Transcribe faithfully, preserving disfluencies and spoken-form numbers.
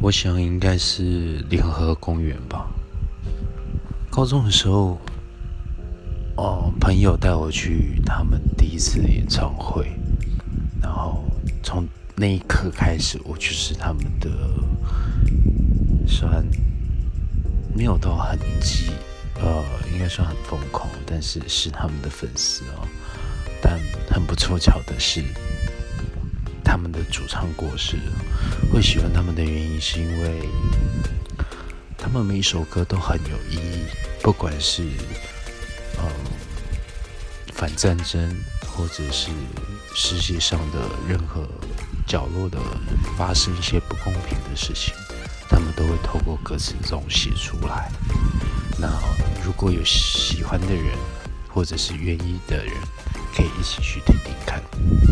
我想应该是联合公园吧。高中的时候，哦，朋友带我去他们第一次演唱会，然后从那一刻开始，我就是他们的，算没有到很激，呃，应该算很疯狂，但是是他们的粉丝哦。但很不凑巧的是，他们的主唱过世了。会喜欢他们的原因是因为他们每一首歌都很有意义，不管是呃反战争，或者是世界上的任何角落的发生一些不公平的事情，他们都会透过歌词中写出来。那如果有喜欢的人，或者是愿意的人，可以一起去听听看。